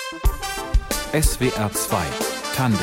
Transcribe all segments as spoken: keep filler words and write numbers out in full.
S W R zwei Tandem.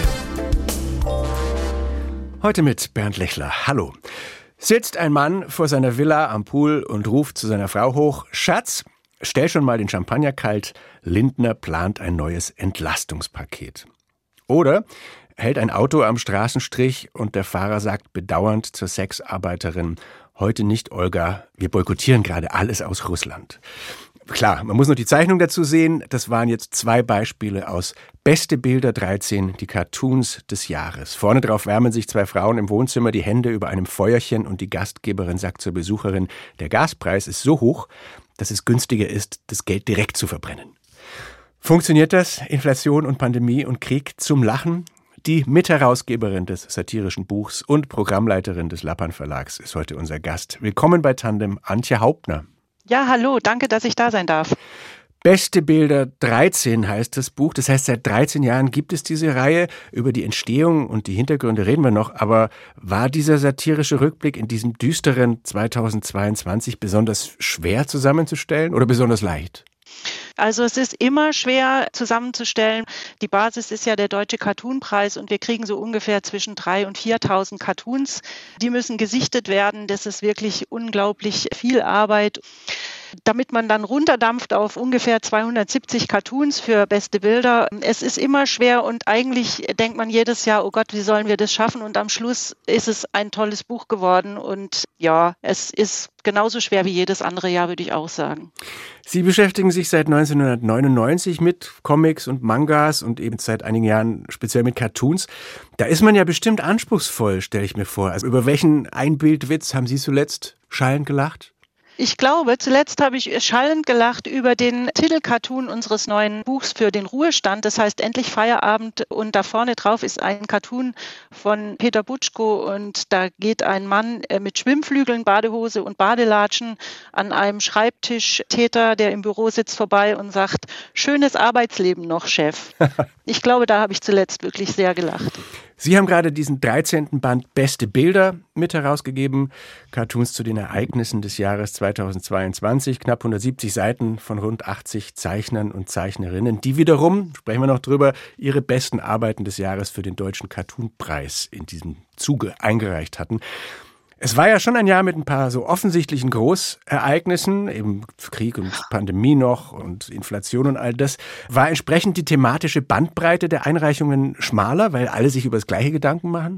Heute mit Bernd Lechler. Hallo. Sitzt ein Mann vor seiner Villa am Pool und ruft zu seiner Frau hoch: Schatz, stell schon mal den Champagner kalt, Lindner plant ein neues Entlastungspaket. Oder hält ein Auto am Straßenstrich und der Fahrer sagt bedauernd zur Sexarbeiterin: Heute nicht, Olga, wir boykottieren gerade alles aus Russland. Klar, man muss noch die Zeichnung dazu sehen. Das waren jetzt zwei Beispiele aus Beste Bilder dreizehn, die Cartoons des Jahres. Vorne drauf wärmen sich zwei Frauen im Wohnzimmer die Hände über einem Feuerchen und die Gastgeberin sagt zur Besucherin: Der Gaspreis ist so hoch, dass es günstiger ist, das Geld direkt zu verbrennen. Funktioniert das? Inflation und Pandemie und Krieg zum Lachen? Die Mitherausgeberin des satirischen Buchs und Programmleiterin des Lappan Verlags ist heute unser Gast. Willkommen bei Tandem, Antje Hauptner. Ja, hallo, danke, dass ich da sein darf. Beste Bilder dreizehn heißt das Buch. Das heißt, seit dreizehn Jahren gibt es diese Reihe. Über die Entstehung und die Hintergründe reden wir noch. Aber war dieser satirische Rückblick in diesem düsteren zweitausendzweiundzwanzig besonders schwer zusammenzustellen oder besonders leicht? Also es ist immer schwer zusammenzustellen. Die Basis ist ja der Deutsche Cartoonpreis und wir kriegen so ungefähr zwischen dreitausend und viertausend Cartoons. Die müssen gesichtet werden. Das ist wirklich unglaublich viel Arbeit. Damit man dann runterdampft auf ungefähr zweihundertsiebzig Cartoons für beste Bilder. Es ist immer schwer und eigentlich denkt man jedes Jahr: Oh Gott, wie sollen wir das schaffen? Und am Schluss ist es ein tolles Buch geworden und ja, es ist genauso schwer wie jedes andere Jahr, würde ich auch sagen. Sie beschäftigen sich seit neunzehnhundertneunundneunzig mit Comics und Mangas und eben seit einigen Jahren speziell mit Cartoons. Da ist man ja bestimmt anspruchsvoll, stelle ich mir vor. Also über welchen Einbildwitz haben Sie zuletzt schallend gelacht? Ich glaube, zuletzt habe ich schallend gelacht über den Titelcartoon unseres neuen Buchs für den Ruhestand. Das heißt Endlich Feierabend, und da vorne drauf ist ein Cartoon von Peter Butschko und da geht ein Mann mit Schwimmflügeln, Badehose und Badelatschen an einem Schreibtischtäter, der im Büro sitzt, vorbei und sagt: Schönes Arbeitsleben noch, Chef. Ich glaube, da habe ich zuletzt wirklich sehr gelacht. Sie haben gerade diesen dreizehnten Band Beste Bilder mit herausgegeben. Cartoons zu den Ereignissen des Jahres zweitausendzweiundzwanzig. Knapp hundertsiebzig Seiten von rund achtzig Zeichnern und Zeichnerinnen, die wiederum, sprechen wir noch drüber, ihre besten Arbeiten des Jahres für den Deutschen Cartoonpreis in diesem Zuge eingereicht hatten. Es war ja schon ein Jahr mit ein paar so offensichtlichen Großereignissen, eben Krieg und Pandemie noch und Inflation und all das. War entsprechend die thematische Bandbreite der Einreichungen schmaler, weil alle sich über das Gleiche Gedanken machen?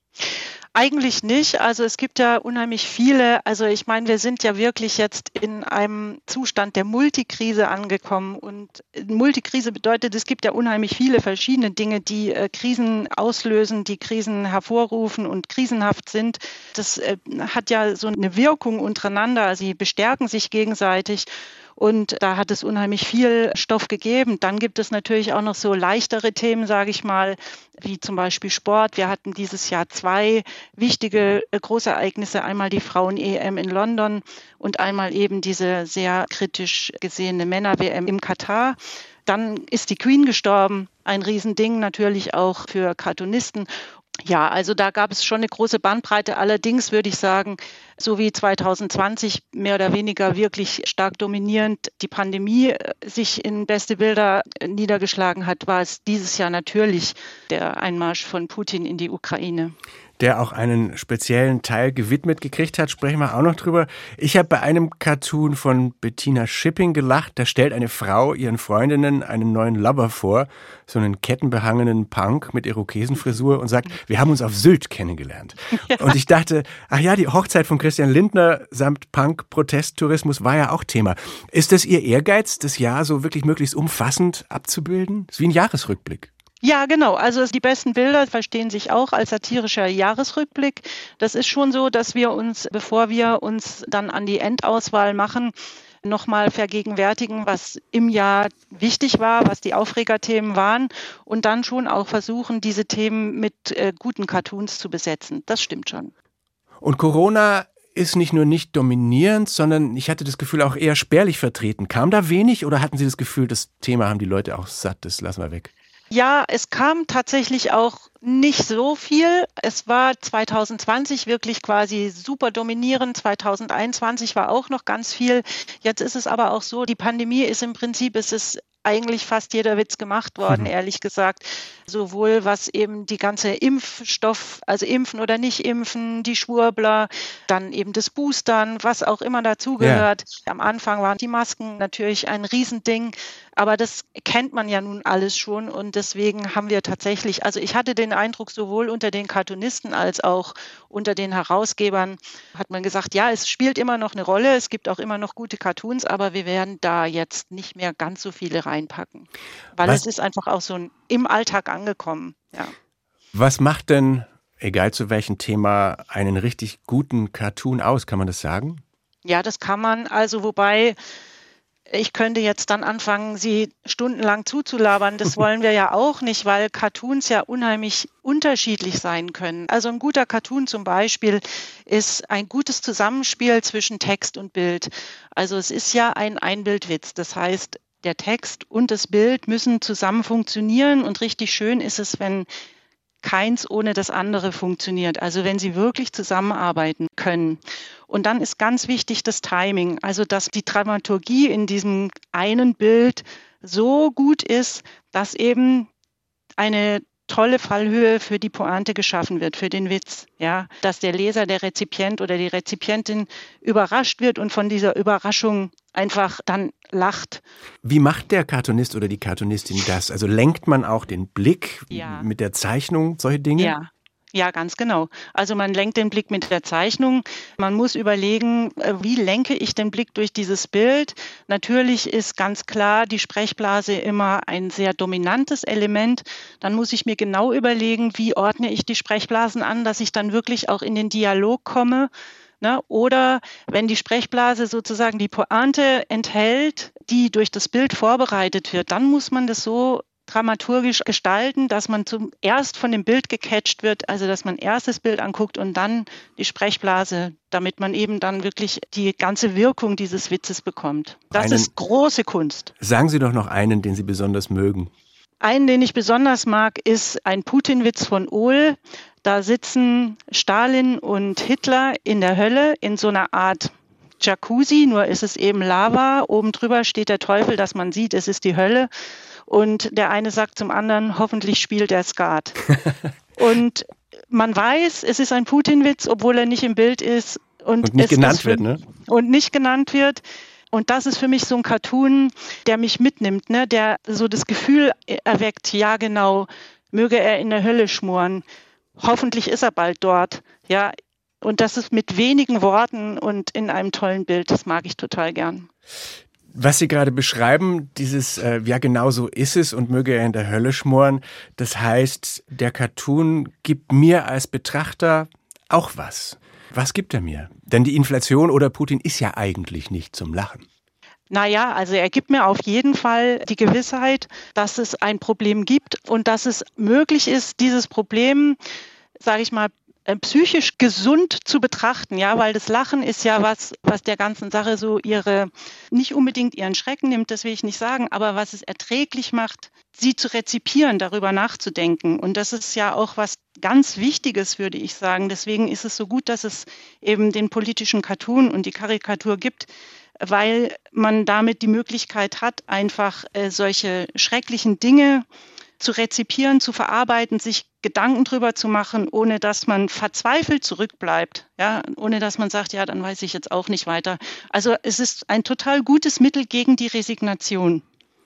Eigentlich nicht. Also es gibt ja unheimlich viele. Also ich meine, wir sind ja wirklich jetzt in einem Zustand der Multikrise angekommen. Und Multikrise bedeutet, es gibt ja unheimlich viele verschiedene Dinge, die äh, Krisen auslösen, die Krisen hervorrufen und krisenhaft sind. Das äh, hat ja so eine Wirkung untereinander. Also sie bestärken sich gegenseitig. Und da hat es unheimlich viel Stoff gegeben. Dann gibt es natürlich auch noch so leichtere Themen, sage ich mal, wie zum Beispiel Sport. Wir hatten dieses Jahr zwei wichtige Großereignisse. Einmal die Frauen-E M in London und einmal eben diese sehr kritisch gesehene Männer-W M im Katar. Dann ist die Queen gestorben. Ein Riesending natürlich auch für Cartoonisten. Ja, also da gab es schon eine große Bandbreite. Allerdings würde ich sagen, so wie zweitausendzwanzig mehr oder weniger wirklich stark dominierend die Pandemie sich in beste Bilder niedergeschlagen hat, war es dieses Jahr natürlich der Einmarsch von Putin in die Ukraine. Der auch einen speziellen Teil gewidmet gekriegt hat, sprechen wir auch noch drüber. Ich habe bei einem Cartoon von Bettina Schipping gelacht. Da stellt eine Frau ihren Freundinnen einen neuen Lover vor, so einen kettenbehangenen Punk mit Irokesenfrisur, und sagt: Wir haben uns auf Sylt kennengelernt. Ja. Und ich dachte, ach ja, die Hochzeit von Christian Lindner samt Punk-Protesttourismus war ja auch Thema. Ist das Ihr Ehrgeiz, das Jahr so wirklich möglichst umfassend abzubilden? Das ist wie ein Jahresrückblick. Ja, genau. Also die besten Bilder verstehen sich auch als satirischer Jahresrückblick. Das ist schon so, dass wir uns, bevor wir uns dann an die Endauswahl machen, nochmal vergegenwärtigen, was im Jahr wichtig war, was die Aufregerthemen waren, und dann schon auch versuchen, diese Themen mit äh, guten Cartoons zu besetzen. Das stimmt schon. Und Corona ist nicht nur nicht dominierend, sondern ich hatte das Gefühl auch eher spärlich vertreten. Kam da wenig oder hatten Sie das Gefühl, das Thema haben die Leute auch satt, das lassen wir weg? Ja, es kam tatsächlich auch nicht so viel. Es war zweitausendzwanzig wirklich quasi super dominierend. zweitausendeinundzwanzig war auch noch ganz viel. Jetzt ist es aber auch so, die Pandemie ist im Prinzip, es ist eigentlich fast jeder Witz gemacht worden, mhm. ehrlich gesagt. Sowohl was eben die ganze Impfstoff, also impfen oder nicht impfen, die Schwurbler, dann eben das Boostern, was auch immer dazugehört. Ja. Am Anfang waren die Masken natürlich ein Riesending, aber das kennt man ja nun alles schon und deswegen haben wir tatsächlich, also ich hatte den Eindruck, sowohl unter den Cartoonisten als auch unter den Herausgebern hat man gesagt, ja, es spielt immer noch eine Rolle, es gibt auch immer noch gute Cartoons, aber wir werden da jetzt nicht mehr ganz so viele reinpacken, weil was? Es ist einfach auch so ein, im Alltag angekommen. Ja. Was macht denn, egal zu welchem Thema, einen richtig guten Cartoon aus? Kann man das sagen? Ja, das kann man. Also wobei, ich könnte jetzt dann anfangen, Sie stundenlang zuzulabern. Das wollen wir ja auch nicht, weil Cartoons ja unheimlich unterschiedlich sein können. Also ein guter Cartoon zum Beispiel ist ein gutes Zusammenspiel zwischen Text und Bild. Also es ist ja ein Einbildwitz. Das heißt, der Text und das Bild müssen zusammen funktionieren und richtig schön ist es, wenn keins ohne das andere funktioniert. Also wenn sie wirklich zusammenarbeiten können. Und dann ist ganz wichtig das Timing, also dass die Dramaturgie in diesem einen Bild so gut ist, dass eben eine tolle Fallhöhe für die Pointe geschaffen wird, für den Witz, ja, dass der Leser, der Rezipient oder die Rezipientin überrascht wird und von dieser Überraschung einfach dann lacht. Wie macht der Cartoonist oder die Cartoonistin das? Also lenkt man auch den Blick ja. mit der Zeichnung, solche Dinge? Ja. Ja, ganz genau. Also man lenkt den Blick mit der Zeichnung. Man muss überlegen, wie lenke ich den Blick durch dieses Bild. Natürlich ist ganz klar die Sprechblase immer ein sehr dominantes Element. Dann muss ich mir genau überlegen, wie ordne ich die Sprechblasen an, dass ich dann wirklich auch in den Dialog komme. Ne? Oder wenn die Sprechblase sozusagen die Pointe enthält, die durch das Bild vorbereitet wird, dann muss man das so dramaturgisch gestalten, dass man zuerst von dem Bild gecatcht wird, also dass man erst das Bild anguckt und dann die Sprechblase, damit man eben dann wirklich die ganze Wirkung dieses Witzes bekommt. Das einen, ist große Kunst. Sagen Sie doch noch einen, den Sie besonders mögen. Einen, den ich besonders mag, ist ein Putin-Witz von Ohl. Da sitzen Stalin und Hitler in der Hölle in so einer Art Jacuzzi, nur ist es eben Lava. Oben drüber steht der Teufel, dass man sieht, es ist die Hölle. Und der eine sagt zum anderen, hoffentlich spielt er Skat. Und man weiß, es ist ein Putin-Witz, obwohl er nicht im Bild ist. Und, und nicht es genannt für, wird, ne? Und nicht genannt wird. Und das ist für mich so ein Cartoon, der mich mitnimmt, ne? Der so das Gefühl erweckt, ja genau, möge er in der Hölle schmoren. Hoffentlich ist er bald dort. Ja. Und das ist mit wenigen Worten und in einem tollen Bild. Das mag ich total gern. Was Sie gerade beschreiben, dieses, äh, ja genau so ist es und möge er in der Hölle schmoren, das heißt, der Cartoon gibt mir als Betrachter auch was. Was gibt er mir? Denn die Inflation oder Putin ist ja eigentlich nicht zum Lachen. Naja, also er gibt mir auf jeden Fall die Gewissheit, dass es ein Problem gibt und dass es möglich ist, dieses Problem, sage ich mal, psychisch gesund zu betrachten, ja, weil das Lachen ist ja was, was der ganzen Sache so ihre, nicht unbedingt ihren Schrecken nimmt, das will ich nicht sagen, aber was es erträglich macht, sie zu rezipieren, darüber nachzudenken. Und das ist ja auch was ganz Wichtiges, würde ich sagen. Deswegen ist es so gut, dass es eben den politischen Cartoon und die Karikatur gibt, weil man damit die Möglichkeit hat, einfach äh, solche schrecklichen Dinge zu rezipieren, zu verarbeiten, sich Gedanken drüber zu machen, ohne dass man verzweifelt zurückbleibt, ja, ohne dass man sagt, ja, dann weiß ich jetzt auch nicht weiter. Also es ist ein total gutes Mittel gegen die Resignation.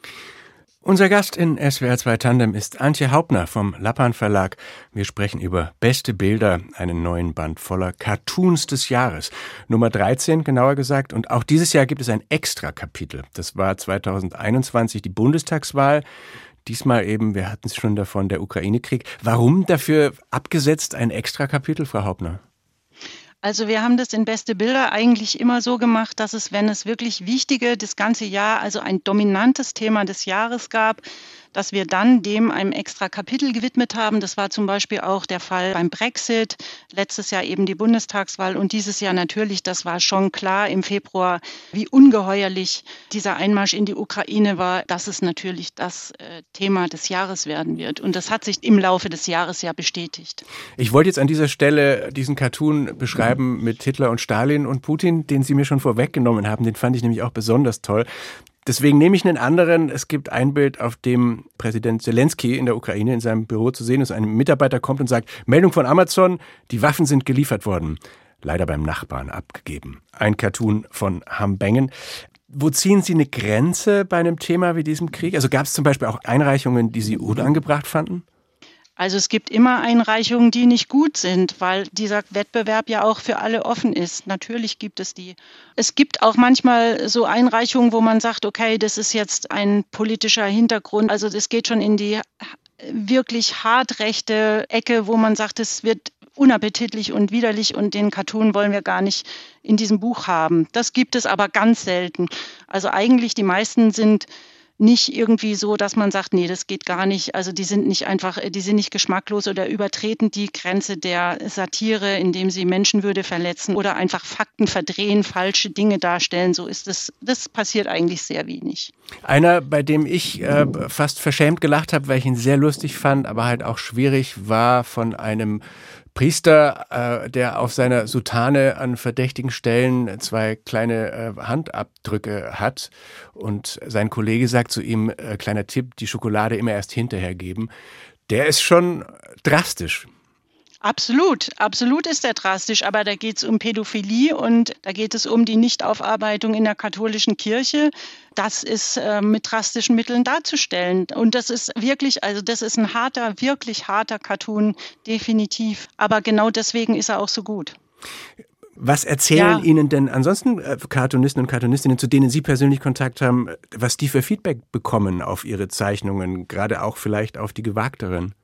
Unser Gast in S W R zwei Tandem ist Antje Hauptner vom Lappan Verlag. Wir sprechen über Beste Bilder, einen neuen Band voller Cartoons des Jahres. Nummer dreizehn, genauer gesagt. Und auch dieses Jahr gibt es ein Extra-Kapitel. Das war zweitausendeinundzwanzig die Bundestagswahl. Diesmal eben, wir hatten es schon davon, der Ukraine-Krieg. Warum dafür abgesetzt ein Extra-Kapitel, Frau Hauptner? Also wir haben das in Beste Bilder eigentlich immer so gemacht, dass es, wenn es wirklich wichtige, das ganze Jahr, also ein dominantes Thema des Jahres gab, dass wir dann dem einem extra Kapitel gewidmet haben. Das war zum Beispiel auch der Fall beim Brexit, letztes Jahr eben die Bundestagswahl und dieses Jahr natürlich, das war schon klar im Februar, wie ungeheuerlich dieser Einmarsch in die Ukraine war, dass es natürlich das äh, Thema des Jahres werden wird. Und das hat sich im Laufe des Jahres ja bestätigt. Ich wollte jetzt an dieser Stelle diesen Cartoon beschreiben mit Hitler und Stalin und Putin, den Sie mir schon vorweggenommen haben. Den fand ich nämlich auch besonders toll. Deswegen nehme ich einen anderen. Es gibt ein Bild, auf dem Präsident Zelensky in der Ukraine in seinem Büro zu sehen ist. Ein Mitarbeiter kommt und sagt, Meldung von Amazon, die Waffen sind geliefert worden. Leider beim Nachbarn abgegeben. Ein Cartoon von Ham Bengen. Wo ziehen Sie eine Grenze bei einem Thema wie diesem Krieg? Also gab es zum Beispiel auch Einreichungen, die Sie unangebracht fanden? Also es gibt immer Einreichungen, die nicht gut sind, weil dieser Wettbewerb ja auch für alle offen ist. Natürlich gibt es die. Es gibt auch manchmal so Einreichungen, wo man sagt, okay, das ist jetzt ein politischer Hintergrund. Also das geht schon in die wirklich hart rechte Ecke, wo man sagt, es wird unappetitlich und widerlich und den Cartoon wollen wir gar nicht in diesem Buch haben. Das gibt es aber ganz selten. Also eigentlich die meisten sind nicht irgendwie so, dass man sagt, nee, das geht gar nicht. Also die sind nicht einfach, die sind nicht geschmacklos oder übertreten die Grenze der Satire, indem sie Menschenwürde verletzen oder einfach Fakten verdrehen, falsche Dinge darstellen. So ist es, das passiert eigentlich sehr wenig. Einer, bei dem ich äh, fast verschämt gelacht habe, weil ich ihn sehr lustig fand, aber halt auch schwierig, war von einem Priester, äh, der auf seiner Soutane an verdächtigen Stellen zwei kleine äh, Handabdrücke hat und sein Kollege sagt zu ihm, äh, kleiner Tipp, die Schokolade immer erst hinterher geben. Der ist schon drastisch. Absolut, absolut ist der drastisch, aber da geht es um Pädophilie und da geht es um die Nichtaufarbeitung in der katholischen Kirche. Das ist äh, mit drastischen Mitteln darzustellen. Und das ist wirklich, also das ist ein harter, wirklich harter Cartoon, definitiv. Aber genau deswegen ist er auch so gut. Was erzählen ja. Ihnen denn ansonsten äh, Cartoonisten und Cartoonistinnen, zu denen Sie persönlich Kontakt haben, was die für Feedback bekommen auf ihre Zeichnungen, gerade auch vielleicht auf die gewagteren?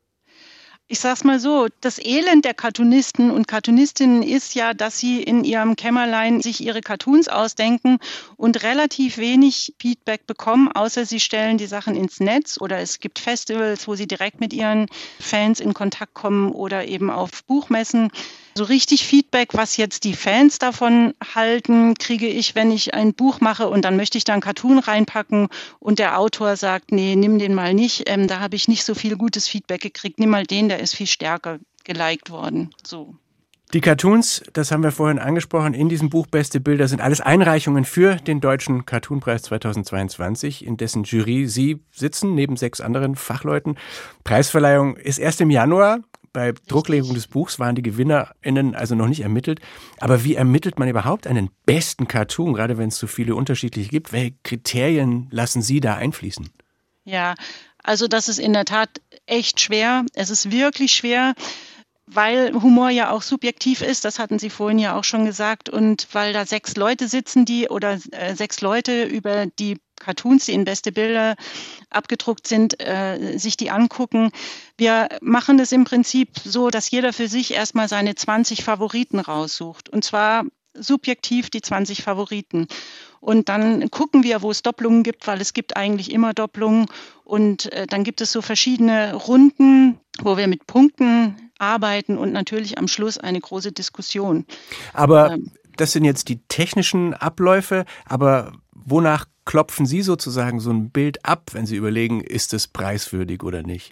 Ich sag's mal so, das Elend der Cartoonisten und Cartoonistinnen ist ja, dass sie in ihrem Kämmerlein sich ihre Cartoons ausdenken und relativ wenig Feedback bekommen, außer sie stellen die Sachen ins Netz oder es gibt Festivals, wo sie direkt mit ihren Fans in Kontakt kommen oder eben auf Buchmessen. So richtig Feedback, was jetzt die Fans davon halten, kriege ich, wenn ich ein Buch mache und dann möchte ich da einen Cartoon reinpacken und der Autor sagt, nee, nimm den mal nicht, ähm, da habe ich nicht so viel gutes Feedback gekriegt, nimm mal den, der ist viel stärker geliked worden. So. Die Cartoons, das haben wir vorhin angesprochen, in diesem Buch Beste Bilder sind alles Einreichungen für den Deutschen Cartoonpreis zweitausendzweiundzwanzig, in dessen Jury Sie sitzen, neben sechs anderen Fachleuten. Preisverleihung ist erst im Januar. Bei Drucklegung des Buchs waren die GewinnerInnen also noch nicht ermittelt. Aber wie ermittelt man überhaupt einen besten Cartoon, gerade wenn es so viele unterschiedliche gibt? Welche Kriterien lassen Sie da einfließen? Ja, also das ist in der Tat echt schwer. Es ist wirklich schwer, weil Humor ja auch subjektiv ist. Das hatten Sie vorhin ja auch schon gesagt. Und weil da sechs Leute sitzen, die oder äh, sechs Leute über die Cartoons, die in Beste Bilder abgedruckt sind, äh, sich die angucken. Wir machen das im Prinzip so, dass jeder für sich erstmal seine zwanzig Favoriten raussucht. Und zwar subjektiv die zwanzig Favoriten. Und dann gucken wir, wo es Doppelungen gibt, weil es gibt eigentlich immer Doppelungen. Und äh, dann gibt es so verschiedene Runden, wo wir mit Punkten arbeiten und natürlich am Schluss eine große Diskussion. Aber ähm, das sind jetzt die technischen Abläufe, aber wonach klopfen Sie sozusagen so ein Bild ab, wenn Sie überlegen, ist es preiswürdig oder nicht?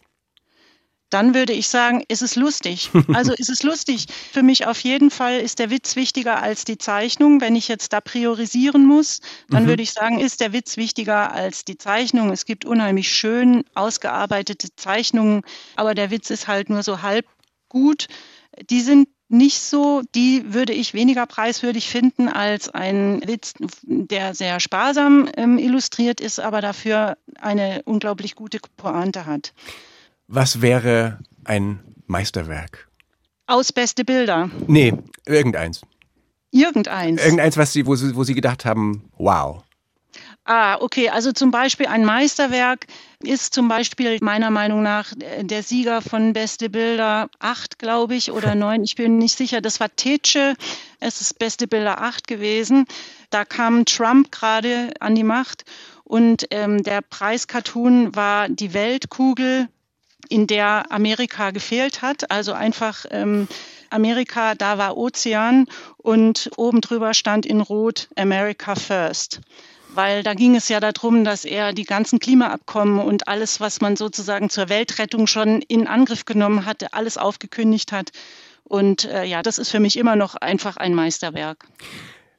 Dann würde ich sagen, ist es lustig. Also ist es lustig. Für mich auf jeden Fall ist der Witz wichtiger als die Zeichnung. Wenn ich jetzt da priorisieren muss, dann mhm. würde ich sagen, ist der Witz wichtiger als die Zeichnung. Es gibt unheimlich schön ausgearbeitete Zeichnungen, aber der Witz ist halt nur so halb gut. Die sind nicht so, die würde ich weniger preiswürdig finden als ein Witz, der sehr sparsam ähm, illustriert ist, aber dafür eine unglaublich gute Pointe hat. Was wäre ein Meisterwerk? Aus Beste Bilder. Nee, irgendeins. Irgendeins. Irgendeins, was Sie, wo Sie, wo Sie gedacht haben, wow. Ah, okay. Also zum Beispiel ein Meisterwerk ist zum Beispiel meiner Meinung nach der Sieger von Beste Bilder acht, glaube ich, oder neun. Ich bin nicht sicher. Das war Tetsche. Es ist Beste Bilder acht gewesen. Da kam Trump gerade an die Macht und ähm, der Preiscartoon war die Weltkugel, in der Amerika gefehlt hat. Also einfach ähm, Amerika, da war Ozean und oben drüber stand in Rot America First. Weil da ging es ja darum, dass er die ganzen Klimaabkommen und alles, was man sozusagen zur Weltrettung schon in Angriff genommen hatte, alles aufgekündigt hat. Und äh, ja, das ist für mich immer noch einfach ein Meisterwerk.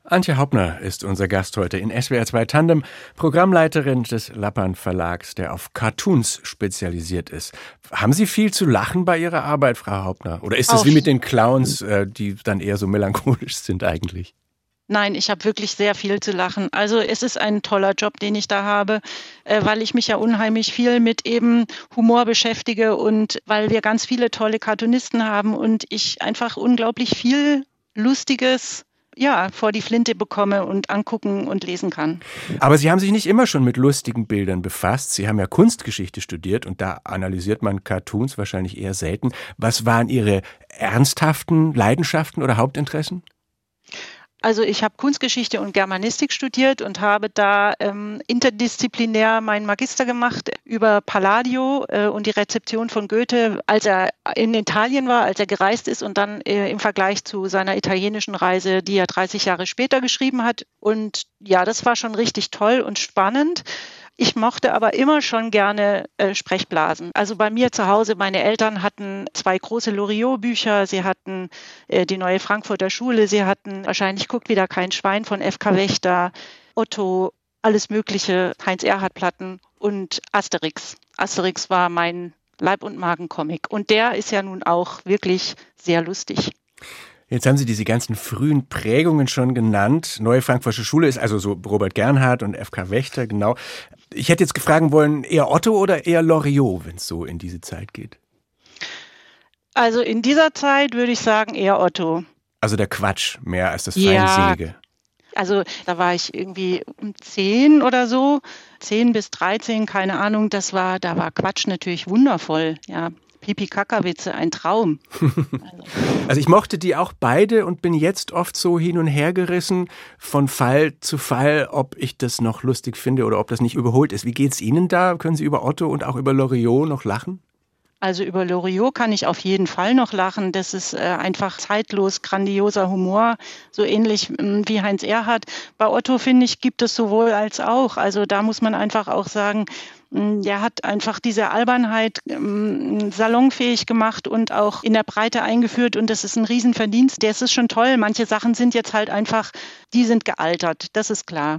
Antje Hauptner ist unser Gast heute in S W R zwei Tandem, Programmleiterin des Lappan Verlags, der auf Cartoons spezialisiert ist. Haben Sie viel zu lachen bei Ihrer Arbeit, Frau Hauptner? Oder ist das Auf wie mit den Clowns, die dann eher so melancholisch sind eigentlich? Nein, ich habe wirklich sehr viel zu lachen. Also es ist ein toller Job, den ich da habe, äh, weil ich mich ja unheimlich viel mit eben Humor beschäftige und weil wir ganz viele tolle Cartoonisten haben und ich einfach unglaublich viel Lustiges ja, vor die Flinte bekomme und angucken und lesen kann. Aber Sie haben sich nicht immer schon mit lustigen Bildern befasst. Sie haben ja Kunstgeschichte studiert und da analysiert man Cartoons wahrscheinlich eher selten. Was waren Ihre ernsthaften Leidenschaften oder Hauptinteressen? Also ich habe Kunstgeschichte und Germanistik studiert und habe da ähm, interdisziplinär meinen Magister gemacht über Palladio äh, und die Rezeption von Goethe, als er in Italien war, als er gereist ist und dann äh, im Vergleich zu seiner italienischen Reise, die er dreißig Jahre später geschrieben hat. Und ja, das war schon richtig toll und spannend. Ich mochte aber immer schon gerne äh, Sprechblasen. Also bei mir zu Hause, meine Eltern hatten zwei große Loriot-Bücher, sie hatten äh, die Neue Frankfurter Schule, sie hatten Wahrscheinlich guckt wieder kein Schwein von F K Wächter, Otto, alles mögliche, Heinz-Erhardt-Platten und Asterix. Asterix war mein Leib- und Magen-Comic und der ist ja nun auch wirklich sehr lustig. Jetzt haben Sie diese ganzen frühen Prägungen schon genannt. Neue Frankfurter Schule ist also so Robert Gernhardt und F K Wächter, genau. Ich hätte jetzt gefragt wollen, eher Otto oder eher Loriot, wenn es so in diese Zeit geht? Also in dieser Zeit würde ich sagen eher Otto. Also der Quatsch mehr als das Ja. Feinsinnige. Also da war ich irgendwie um zehn oder so, zehn bis dreizehn, keine Ahnung. Das war, da war Quatsch natürlich wundervoll, ja. Pipi-Kaka-Witze, ein Traum. Also. also ich mochte die auch beide und bin jetzt oft so hin und her gerissen von Fall zu Fall, ob ich das noch lustig finde oder ob das nicht überholt ist. Wie geht's Ihnen da? Können Sie über Otto und auch über Loriot noch lachen? Also über Loriot kann ich auf jeden Fall noch lachen. Das ist äh, einfach zeitlos, grandioser Humor, so ähnlich ähm, wie Heinz Erhardt. Bei Otto, finde ich, gibt es sowohl als auch. Also da muss man einfach auch sagen, er hat einfach diese Albernheit ähm, salonfähig gemacht und auch in der Breite eingeführt und das ist ein Riesenverdienst. Das ist schon toll. Manche Sachen sind jetzt halt einfach, die sind gealtert, das ist klar.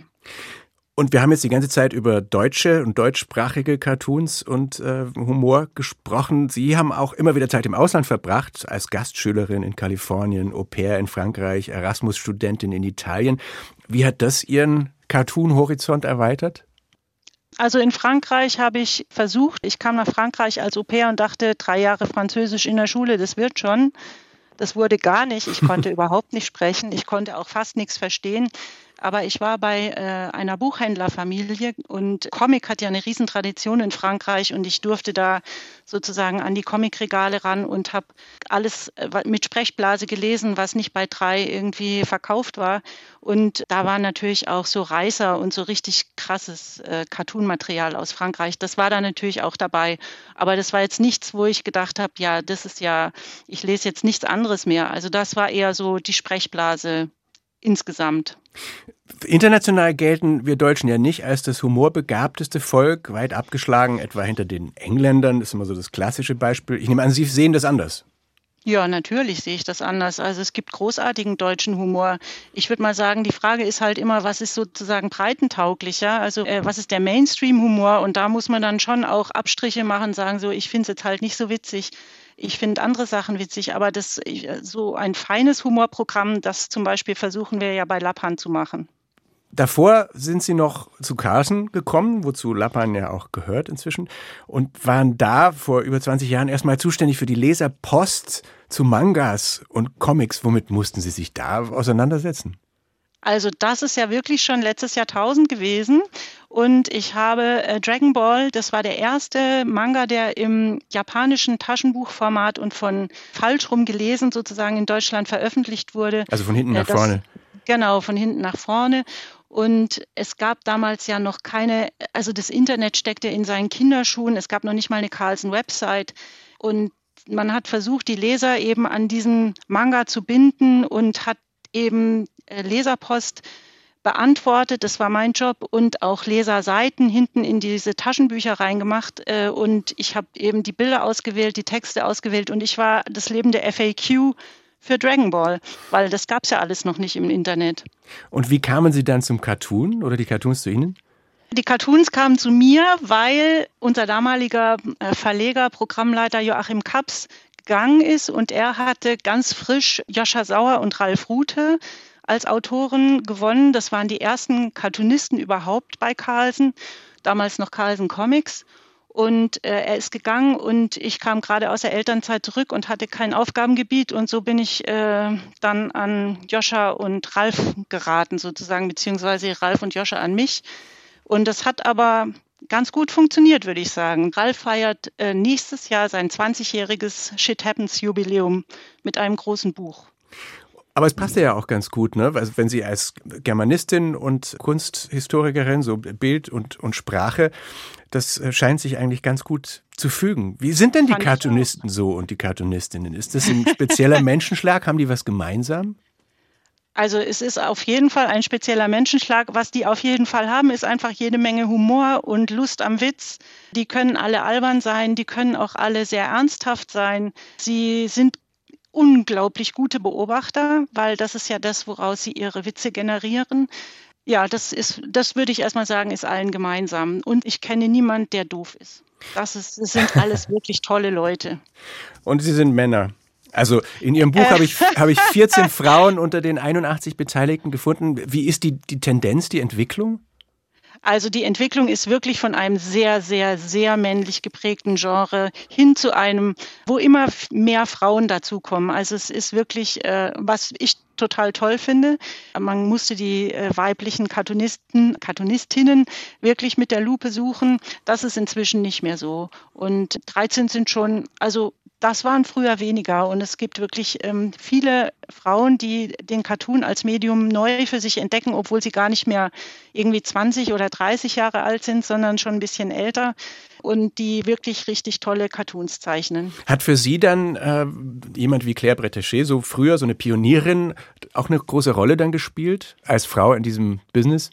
Und wir haben jetzt die ganze Zeit über deutsche und deutschsprachige Cartoons und äh, Humor gesprochen. Sie haben auch immer wieder Zeit im Ausland verbracht, als Gastschülerin in Kalifornien, Au-pair in Frankreich, Erasmus-Studentin in Italien. Wie hat das Ihren Cartoon-Horizont erweitert? Also in Frankreich habe ich versucht, ich kam nach Frankreich als Au-pair und dachte, drei Jahre Französisch in der Schule, das wird schon. Das wurde gar nicht. Ich konnte überhaupt nicht sprechen. Ich konnte auch fast nichts verstehen. Aber ich war bei äh, einer Buchhändlerfamilie und Comic hat ja eine Riesentradition in Frankreich und ich durfte da sozusagen an die Comicregale ran und habe alles äh, mit Sprechblase gelesen, was nicht bei drei irgendwie verkauft war. Und da war natürlich auch so Reißer und so richtig krasses äh, Cartoon-Material aus Frankreich. Das war da natürlich auch dabei. Aber das war jetzt nichts, wo ich gedacht habe, ja, das ist ja, ich lese jetzt nichts anderes mehr. Also das war eher so die Sprechblase insgesamt. International gelten wir Deutschen ja nicht als das humorbegabteste Volk, weit abgeschlagen, etwa hinter den Engländern. Das ist immer so das klassische Beispiel. Ich nehme an, Sie sehen das anders. Ja, natürlich sehe ich das anders. Also es gibt großartigen deutschen Humor. Ich würde mal sagen, die Frage ist halt immer, was ist sozusagen breitentauglicher? Also äh, was ist der Mainstream-Humor? Und da muss man dann schon auch Abstriche machen, sagen so, ich finde es jetzt halt nicht so witzig. Ich finde andere Sachen witzig, aber das so ein feines Humorprogramm, das zum Beispiel versuchen wir ja bei Lappan zu machen. Davor sind Sie noch zu Carlsen gekommen, wozu Lappan ja auch gehört inzwischen, und waren da vor über zwanzig Jahren erstmal zuständig für die Leserpost zu Mangas und Comics. Womit mussten Sie sich da auseinandersetzen? Also das ist ja wirklich schon letztes Jahrtausend gewesen und ich habe äh, Dragon Ball, das war der erste Manga, der im japanischen Taschenbuchformat und von falsch rum gelesen sozusagen in Deutschland veröffentlicht wurde. Also von hinten nach äh, das, vorne. Genau, von hinten nach vorne. Und es gab damals ja noch keine, also das Internet steckte in seinen Kinderschuhen, es gab noch nicht mal eine Carlsen-Website und man hat versucht, die Leser eben an diesen Manga zu binden und hat eben Leserpost beantwortet, das war mein Job, und auch Leserseiten hinten in diese Taschenbücher reingemacht und ich habe eben die Bilder ausgewählt, die Texte ausgewählt und ich war das lebende F A Q für Dragon Ball, weil das gab es ja alles noch nicht im Internet. Und wie kamen Sie dann zum Cartoon oder die Cartoons zu Ihnen? Die Cartoons kamen zu mir, weil unser damaliger Verleger, Programmleiter Joachim Kaps gegangen ist und er hatte ganz frisch Joscha Sauer und Ralf Rute als Autoren gewonnen. Das waren die ersten Cartoonisten überhaupt bei Carlsen, damals noch Carlsen Comics. Und äh, er ist gegangen und ich kam gerade aus der Elternzeit zurück und hatte kein Aufgabengebiet. Und so bin ich äh, dann an Joscha und Ralf geraten sozusagen, beziehungsweise Ralf und Joscha an mich. Und das hat aber ganz gut funktioniert, würde ich sagen. Ralf feiert äh, nächstes Jahr sein zwanzigjähriges Shit Happens Jubiläum mit einem großen Buch. Aber es passt ja auch ganz gut, ne? Also wenn Sie als Germanistin und Kunsthistorikerin, so Bild und, und Sprache, das scheint sich eigentlich ganz gut zu fügen. Wie sind denn die Fand Cartoonisten so und die Cartoonistinnen? Ist das ein spezieller Menschenschlag? Haben die was gemeinsam? Also es ist auf jeden Fall ein spezieller Menschenschlag. Was die auf jeden Fall haben, ist einfach jede Menge Humor und Lust am Witz. Die können alle albern sein, die können auch alle sehr ernsthaft sein. Sie sind unglaublich gute Beobachter, weil das ist ja das, woraus sie ihre Witze generieren. Ja, das ist, das würde ich erstmal sagen, ist allen gemeinsam. Und ich kenne niemanden, der doof ist. Das ist, das sind alles wirklich tolle Leute. Und Sie sind Männer. Also in Ihrem Buch äh. habe ich, habe ich vierzehn Frauen unter den einundachtzig Beteiligten gefunden. Wie ist die, die Tendenz, die Entwicklung? Also die Entwicklung ist wirklich von einem sehr, sehr, sehr männlich geprägten Genre hin zu einem, wo immer mehr Frauen dazukommen. Also es ist wirklich, äh, was ich total toll finde. Man musste die äh, weiblichen Cartoonisten, Cartoonistinnen wirklich mit der Lupe suchen. Das ist inzwischen nicht mehr so. Und dreizehn sind schon, also das waren früher weniger und es gibt wirklich ähm, viele Frauen, die den Cartoon als Medium neu für sich entdecken, obwohl sie gar nicht mehr irgendwie zwanzig oder dreißig Jahre alt sind, sondern schon ein bisschen älter und die wirklich richtig tolle Cartoons zeichnen. Hat für Sie dann äh, jemand wie Claire Bretéché, so früher so eine Pionierin, auch eine große Rolle dann gespielt als Frau in diesem Business?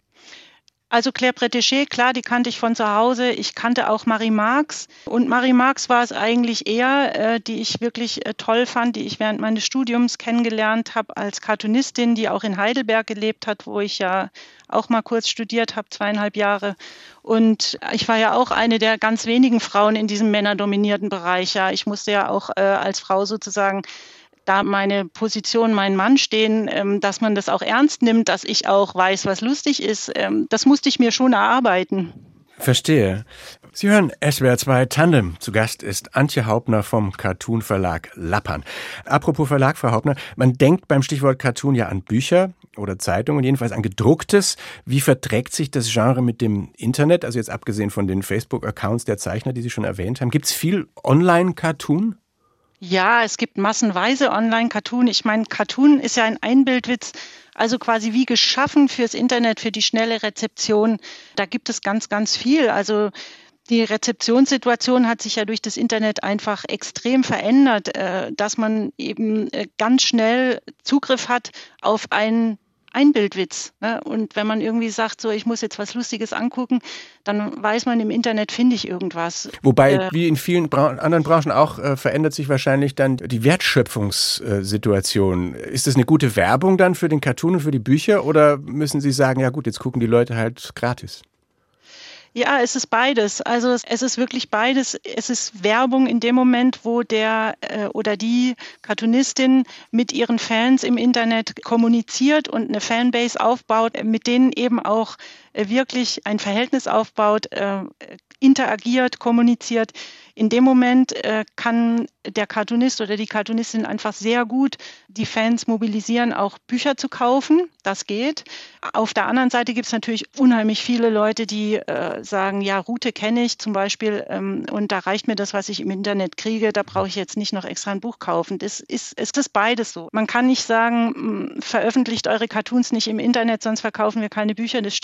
Also Claire Bretéché, klar, die kannte ich von zu Hause. Ich kannte auch Marie Marx. Und Marie Marx war es eigentlich eher, äh, die ich wirklich äh, toll fand, die ich während meines Studiums kennengelernt habe als Cartoonistin, die auch in Heidelberg gelebt hat, wo ich ja auch mal kurz studiert habe, zweieinhalb Jahre. Und ich war ja auch eine der ganz wenigen Frauen in diesem männerdominierten Bereich. Ja, ich musste ja auch äh, als Frau sozusagen da meine Position, mein Mann stehen, ähm, dass man das auch ernst nimmt, dass ich auch weiß, was lustig ist. Ähm, das musste ich mir schon erarbeiten. Verstehe. Sie hören S W R zwei Tandem. Zu Gast ist Antje Hauptner vom Cartoon Verlag Lappan. Apropos Verlag, Frau Hauptner, man denkt beim Stichwort Cartoon ja an Bücher oder Zeitungen, jedenfalls an gedrucktes. Wie verträgt sich das Genre mit dem Internet? Also jetzt abgesehen von den Facebook-Accounts der Zeichner, die Sie schon erwähnt haben. Gibt es viel Online-Cartoon? Ja, es gibt massenweise Online-Cartoon. Ich meine, Cartoon ist ja ein Einbildwitz, also quasi wie geschaffen fürs Internet, für die schnelle Rezeption. Da gibt es ganz, ganz viel. Also die Rezeptionssituation hat sich ja durch das Internet einfach extrem verändert, dass man eben ganz schnell Zugriff hat auf einen Einbildwitz. Ne? Und wenn man irgendwie sagt, so ich muss jetzt was Lustiges angucken, dann weiß man, im Internet finde ich irgendwas. Wobei, äh, wie in vielen Bra- anderen Branchen auch, äh, verändert sich wahrscheinlich dann die Wertschöpfungssituation. Ist das eine gute Werbung dann für den Cartoon und für die Bücher oder müssen Sie sagen, ja gut, jetzt gucken die Leute halt gratis? Ja, es ist beides. Also es ist wirklich beides. Es ist Werbung in dem Moment, wo der äh, oder die Cartoonistin mit ihren Fans im Internet kommuniziert und eine Fanbase aufbaut, mit denen eben auch äh, wirklich ein Verhältnis aufbaut, äh, interagiert, kommuniziert. In dem Moment äh, kann der Cartoonist oder die Cartoonistin einfach sehr gut die Fans mobilisieren, auch Bücher zu kaufen. Das geht. Auf der anderen Seite gibt es natürlich unheimlich viele Leute, die äh, sagen, ja, Rute kenne ich zum Beispiel ähm, und da reicht mir das, was ich im Internet kriege. Da brauche ich jetzt nicht noch extra ein Buch kaufen. Das ist, es ist beides so. Man kann nicht sagen, mh, veröffentlicht eure Cartoons nicht im Internet, sonst verkaufen wir keine Bücher. Das stimmt genauso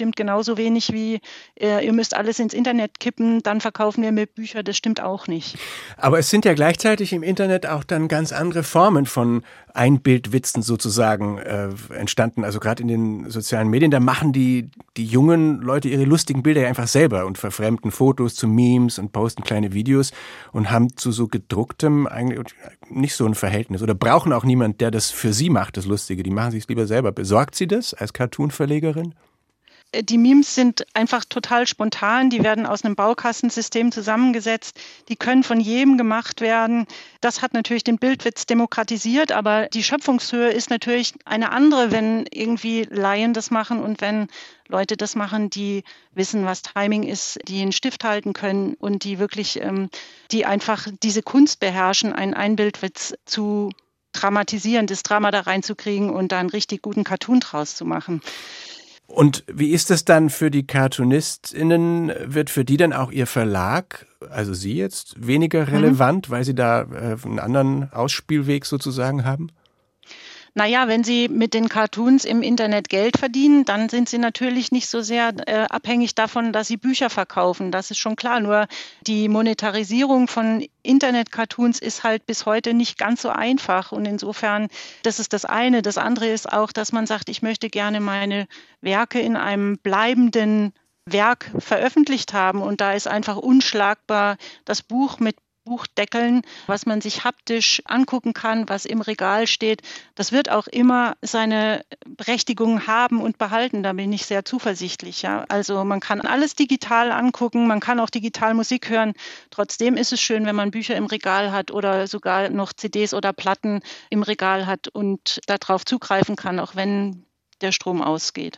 genauso wenig wie äh, ihr müsst alles ins Internet kippen, dann verkaufen wir mehr Bücher. Das stimmt auch nicht. Aber es sind ja gleichzeitig im Internet auch dann ganz andere Formen von Einbildwitzen sozusagen äh, entstanden. Also gerade in den sozialen Medien, da machen die, die jungen Leute ihre lustigen Bilder ja einfach selber und verfremden Fotos zu Memes und posten kleine Videos und haben zu so gedrucktem eigentlich nicht so ein Verhältnis oder brauchen auch niemand, der das für sie macht, das Lustige. Die machen sich lieber selber. Besorgt sie das als Cartoon-Verlegerin? Die Memes sind einfach total spontan, die werden aus einem Baukastensystem zusammengesetzt, die können von jedem gemacht werden. Das hat natürlich den Bildwitz demokratisiert, aber die Schöpfungshöhe ist natürlich eine andere, wenn irgendwie Laien das machen und wenn Leute das machen, die wissen, was Timing ist, die einen Stift halten können und die wirklich, ähm, die einfach diese Kunst beherrschen, einen Einbildwitz zu dramatisieren, das Drama da reinzukriegen und da einen richtig guten Cartoon draus zu machen. Und wie ist es dann für die CartoonistInnen? Wird für die dann auch ihr Verlag, also Sie jetzt, weniger relevant, mhm. weil Sie da äh, einen anderen Ausspielweg sozusagen haben? Naja, wenn Sie mit den Cartoons im Internet Geld verdienen, dann sind Sie natürlich nicht so sehr äh, abhängig davon, dass Sie Bücher verkaufen. Das ist schon klar. Nur die Monetarisierung von Internet-Cartoons ist halt bis heute nicht ganz so einfach. Und insofern, das ist das eine. Das andere ist auch, dass man sagt, ich möchte gerne meine Werke in einem bleibenden Werk veröffentlicht haben. Und da ist einfach unschlagbar das Buch mit Buchdeckeln, was man sich haptisch angucken kann, was im Regal steht. Das wird auch immer seine Berechtigung haben und behalten. Da bin ich sehr zuversichtlich. Ja. Also man kann alles digital angucken, man kann auch digital Musik hören. Trotzdem ist es schön, wenn man Bücher im Regal hat oder sogar noch C Ds oder Platten im Regal hat und darauf zugreifen kann, auch wenn der Strom ausgeht.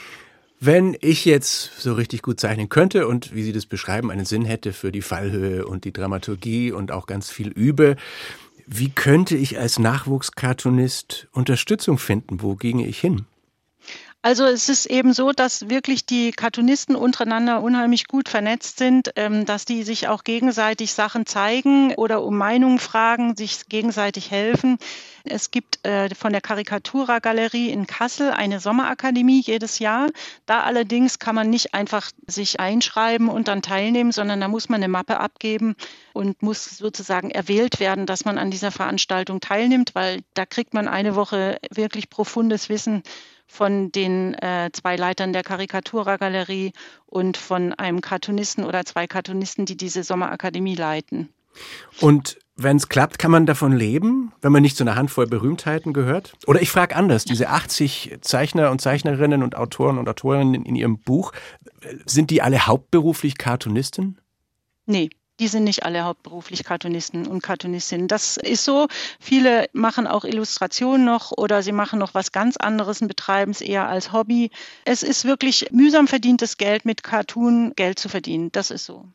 Wenn ich jetzt so richtig gut zeichnen könnte und, wie Sie das beschreiben, einen Sinn hätte für die Fallhöhe und die Dramaturgie und auch ganz viel übe, wie könnte ich als Nachwuchskartoonist Unterstützung finden? Wo ginge ich hin? Also es ist eben so, dass wirklich die Cartoonisten untereinander unheimlich gut vernetzt sind, ähm, dass die sich auch gegenseitig Sachen zeigen oder um Meinungen fragen, sich gegenseitig helfen. Es gibt äh, von der Karikatura-Galerie in Kassel eine Sommerakademie jedes Jahr. Da allerdings kann man nicht einfach sich einschreiben und dann teilnehmen, sondern da muss man eine Mappe abgeben und muss sozusagen erwählt werden, dass man an dieser Veranstaltung teilnimmt, weil da kriegt man eine Woche wirklich profundes Wissen von den äh, zwei Leitern der Karikatura-Galerie und von einem Cartoonisten oder zwei Cartoonisten, die diese Sommerakademie leiten. Und wenn es klappt, kann man davon leben, wenn man nicht zu einer Handvoll Berühmtheiten gehört? Oder ich frage anders, diese achtzig Zeichner und Zeichnerinnen und Autoren und Autorinnen in Ihrem Buch, sind die alle hauptberuflich Cartoonisten? Nee. Die sind nicht alle hauptberuflich Cartoonisten und Cartoonistinnen. Das ist so. Viele machen auch Illustrationen noch oder sie machen noch was ganz anderes und betreiben es eher als Hobby. Es ist wirklich mühsam verdientes Geld, mit Cartoon Geld zu verdienen. Das ist so.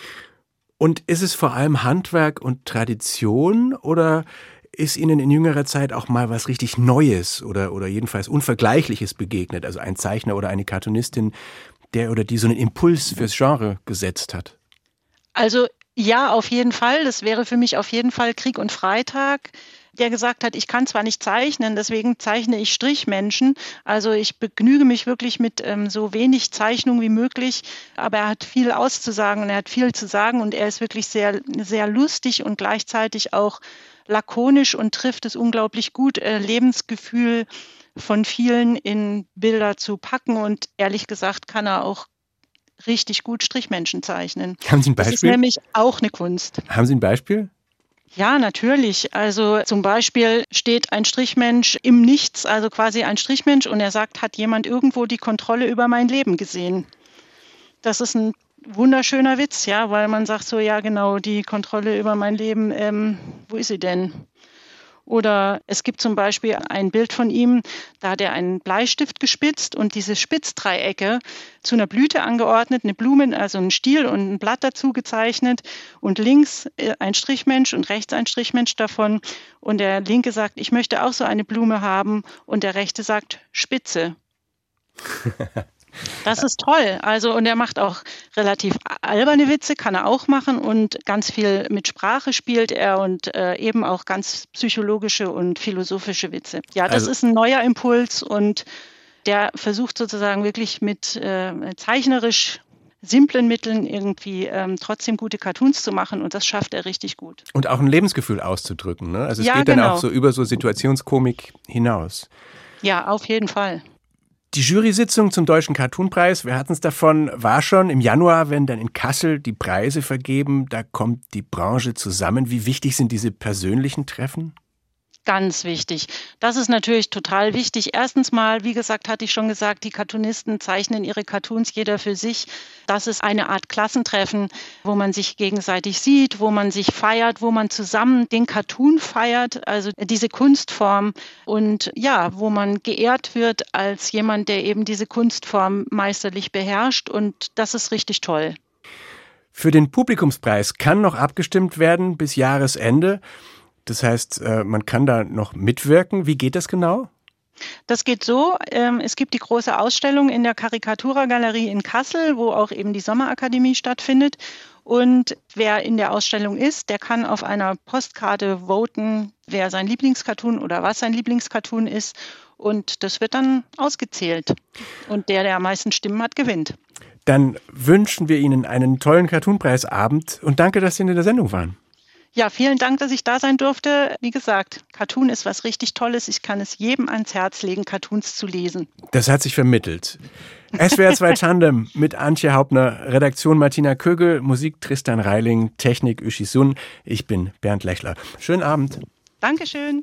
Und ist es vor allem Handwerk und Tradition oder ist Ihnen in jüngerer Zeit auch mal was richtig Neues oder, oder jedenfalls Unvergleichliches begegnet? Also ein Zeichner oder eine Cartoonistin, der oder die so einen Impuls fürs Genre gesetzt hat? Also ja, auf jeden Fall. Das wäre für mich auf jeden Fall Krieg und Freitag, der gesagt hat, ich kann zwar nicht zeichnen, deswegen zeichne ich Strichmenschen. Also ich begnüge mich wirklich mit ähm, so wenig Zeichnung wie möglich, aber er hat viel auszusagen und er hat viel zu sagen und er ist wirklich sehr, sehr lustig und gleichzeitig auch lakonisch und trifft es unglaublich gut, äh, Lebensgefühl von vielen in Bilder zu packen und ehrlich gesagt kann er auch richtig gut Strichmenschen zeichnen. Haben Sie ein Beispiel? Das ist nämlich auch eine Kunst. Haben Sie ein Beispiel? Ja, natürlich. Also zum Beispiel steht ein Strichmensch im Nichts, also quasi ein Strichmensch und er sagt, hat jemand irgendwo die Kontrolle über mein Leben gesehen? Das ist ein wunderschöner Witz, ja, weil man sagt so, ja genau, die Kontrolle über mein Leben, ähm, wo ist sie denn? Oder es gibt zum Beispiel ein Bild von ihm, da hat er einen Bleistift gespitzt und diese Spitzdreiecke zu einer Blüte angeordnet, eine Blume, also ein Stiel und ein Blatt dazu gezeichnet und links ein Strichmensch und rechts ein Strichmensch davon. Und der Linke sagt, ich möchte auch so eine Blume haben und der Rechte sagt, Spitze. Das ist toll. Also, und er macht auch relativ alberne Witze, kann er auch machen und ganz viel mit Sprache spielt er und äh, eben auch ganz psychologische und philosophische Witze. Ja, das also, ist ein neuer Impuls und der versucht sozusagen wirklich mit äh, zeichnerisch simplen Mitteln irgendwie ähm, trotzdem gute Cartoons zu machen und das schafft er richtig gut. Und auch ein Lebensgefühl auszudrücken, ne? Also es ja, geht genau. dann auch so über so Situationskomik hinaus. Ja, auf jeden Fall. Die Jury-Sitzung zum Deutschen Cartoonpreis, wir hatten es davon, war schon im Januar, wenn dann in Kassel die Preise vergeben, da kommt die Branche zusammen. Wie wichtig sind diese persönlichen Treffen? Ganz wichtig. Das ist natürlich total wichtig. Erstens mal, wie gesagt, hatte ich schon gesagt, die Cartoonisten zeichnen ihre Cartoons jeder für sich. Das ist eine Art Klassentreffen, wo man sich gegenseitig sieht, wo man sich feiert, wo man zusammen den Cartoon feiert, also diese Kunstform und ja, wo man geehrt wird als jemand, der eben diese Kunstform meisterlich beherrscht und das ist richtig toll. Für den Publikumspreis kann noch abgestimmt werden bis Jahresende. Das heißt, man kann da noch mitwirken. Wie geht das genau? Das geht so, ähm, es gibt die große Ausstellung in der Karikatura-Galerie in Kassel, wo auch eben die Sommerakademie stattfindet. Und wer in der Ausstellung ist, der kann auf einer Postkarte voten, wer sein Lieblingscartoon oder was sein Lieblingscartoon ist. Und das wird dann ausgezählt. Und der, der am meisten Stimmen hat, gewinnt. Dann wünschen wir Ihnen einen tollen Cartoonpreisabend und danke, dass Sie in der Sendung waren. Ja, vielen Dank, dass ich da sein durfte. Wie gesagt, Cartoon ist was richtig Tolles. Ich kann es jedem ans Herz legen, Cartoons zu lesen. Das hat sich vermittelt. S W R zwei Tandem mit Antje Hauptner, Redaktion Martina Kögel, Musik Tristan Reiling, Technik Uschi Sun. Ich bin Bernd Lechler. Schönen Abend. Dankeschön.